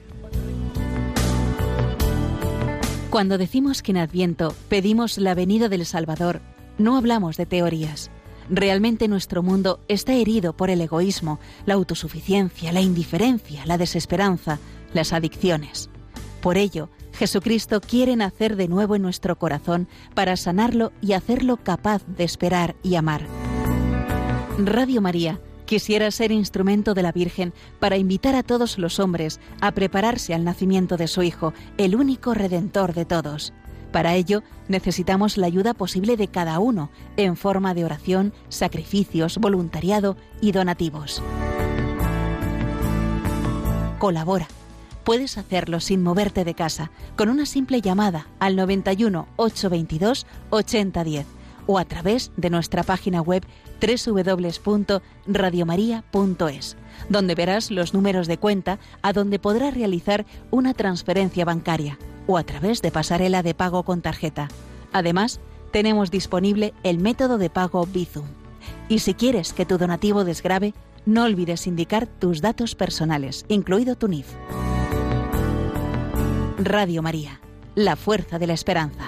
Cuando decimos que en Adviento pedimos la venida del Salvador, no hablamos de teorías. Realmente nuestro mundo está herido por el egoísmo, la autosuficiencia, la indiferencia, la desesperanza, las adicciones. Por ello, Jesucristo quiere nacer de nuevo en nuestro corazón para sanarlo y hacerlo capaz de esperar y amar. Radio María quisiera ser instrumento de la Virgen para invitar a todos los hombres a prepararse al nacimiento de su Hijo, el único Redentor de todos. Para ello, necesitamos la ayuda posible de cada uno, en forma de oración, sacrificios, voluntariado y donativos. Colabora. Puedes hacerlo sin moverte de casa, con una simple llamada al 91 822 8010 o a través de nuestra página web www.radiomaria.es, donde verás los números de cuenta a donde podrás realizar una transferencia bancaria, o a través de pasarela de pago con tarjeta. Además, tenemos disponible el método de pago Bizum. Y si quieres que tu donativo desgrave, no olvides indicar tus datos personales, incluido tu NIF. Radio María, la fuerza de la esperanza.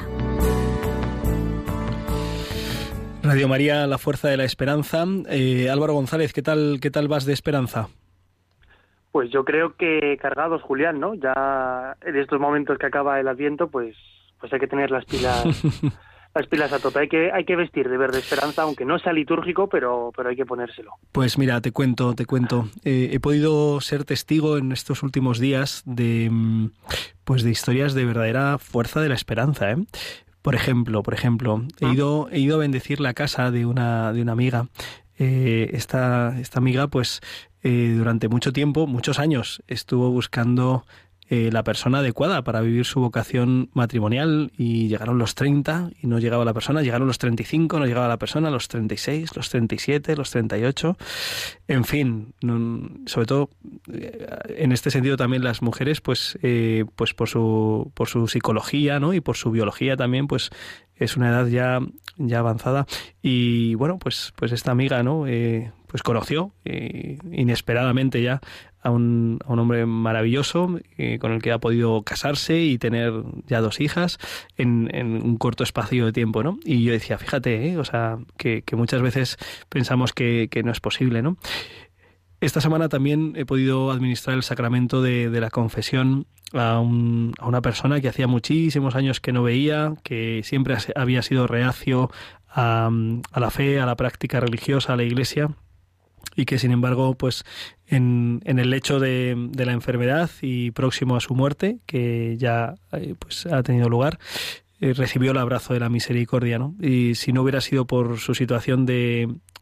Radio María, la fuerza de la esperanza. Álvaro González, ¿qué tal vas de esperanza? Pues yo creo que cargados, Julián, ¿no? Ya en estos momentos que acaba el Adviento, pues hay que tener las pilas a tope. Hay que vestir de verde esperanza, aunque no sea litúrgico, pero hay que ponérselo. Pues mira, te cuento. He podido ser testigo en estos últimos días de historias de verdadera fuerza de la esperanza, ¿eh? Por ejemplo, he ido a bendecir la casa de una amiga. Esta amiga, pues, durante mucho tiempo, muchos años, estuvo buscando la persona adecuada para vivir su vocación matrimonial, y llegaron los 30 y no llegaba la persona, llegaron los 35, no llegaba la persona, los 36, los 37, los 38, en fin, sobre todo en este sentido también las mujeres, pues por su psicología, ¿no? Y por su biología también, pues es una edad ya avanzada, y bueno, pues esta amiga, ¿no? Pues conoció inesperadamente ya a un hombre maravilloso, con el que ha podido casarse y tener ya 2 hijas en un corto espacio de tiempo, ¿no? Y yo decía, fíjate, o sea, que muchas veces pensamos que no es posible, ¿no? Esta semana también he podido administrar el sacramento de la confesión a una persona que hacía muchísimos años que no veía, que siempre había sido reacio a la fe, a la práctica religiosa, a la Iglesia, y que sin embargo, pues en el lecho de la enfermedad y próximo a su muerte, que ya pues ha tenido lugar, recibió el abrazo de la misericordia, ¿no? Y si no hubiera sido por su situación de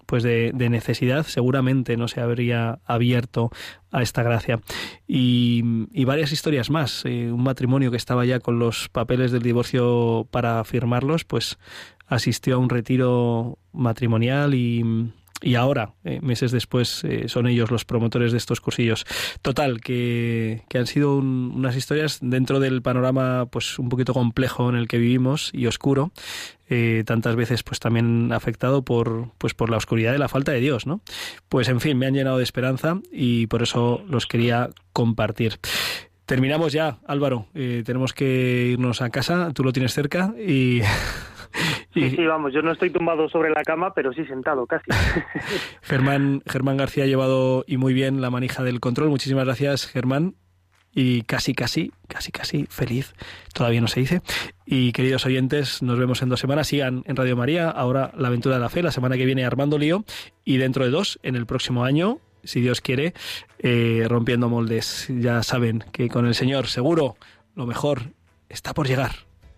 pues de necesidad, seguramente no se habría abierto a esta gracia. Y varias historias más. Un matrimonio que estaba ya con los papeles del divorcio para firmarlos, pues asistió a un retiro matrimonial y ahora, meses después, son ellos los promotores de estos cursillos. Total, que han sido unas historias dentro del panorama pues un poquito complejo en el que vivimos y oscuro, tantas veces pues también afectado por la oscuridad de la falta de Dios, ¿no? Pues en fin, me han llenado de esperanza y por eso los quería compartir. Terminamos ya, Álvaro. Tenemos que irnos a casa, tú lo tienes cerca y... Sí, vamos, yo no estoy tumbado sobre la cama, pero sí sentado, casi. Germán García ha llevado y muy bien la manija del control. Muchísimas gracias, Germán. Y casi feliz, todavía no se dice. Y queridos oyentes, nos vemos en 2 semanas. Sigan en Radio María, ahora La Aventura de la Fe, la semana que viene Armando Lío, y dentro de 2, en el próximo año, si Dios quiere, Rompiendo Moldes. Ya saben que con el Señor seguro lo mejor está por llegar.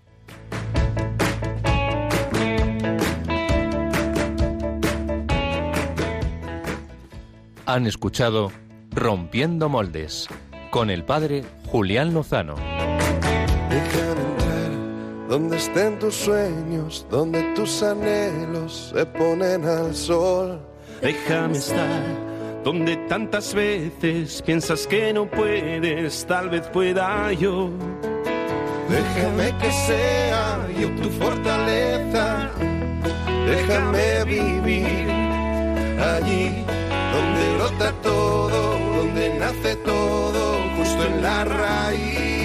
Han escuchado Rompiendo Moldes con el padre Julián Lozano. Déjame entrar donde estén tus sueños, donde tus anhelos se ponen al sol. Déjame estar donde tantas veces piensas que no puedes, tal vez pueda yo. Déjame que sea yo tu fortaleza, déjame vivir allí donde brota todo, donde nace todo, justo en la raíz,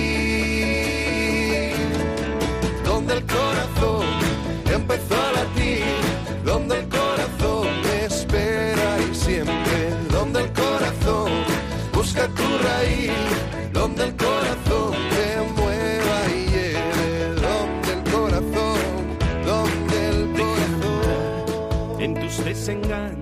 donde el corazón empezó a latir, donde el corazón me espera y siempre, donde el corazón busca tu raíz, donde el corazón te mueva y lleve, donde el corazón, en tus desengaños.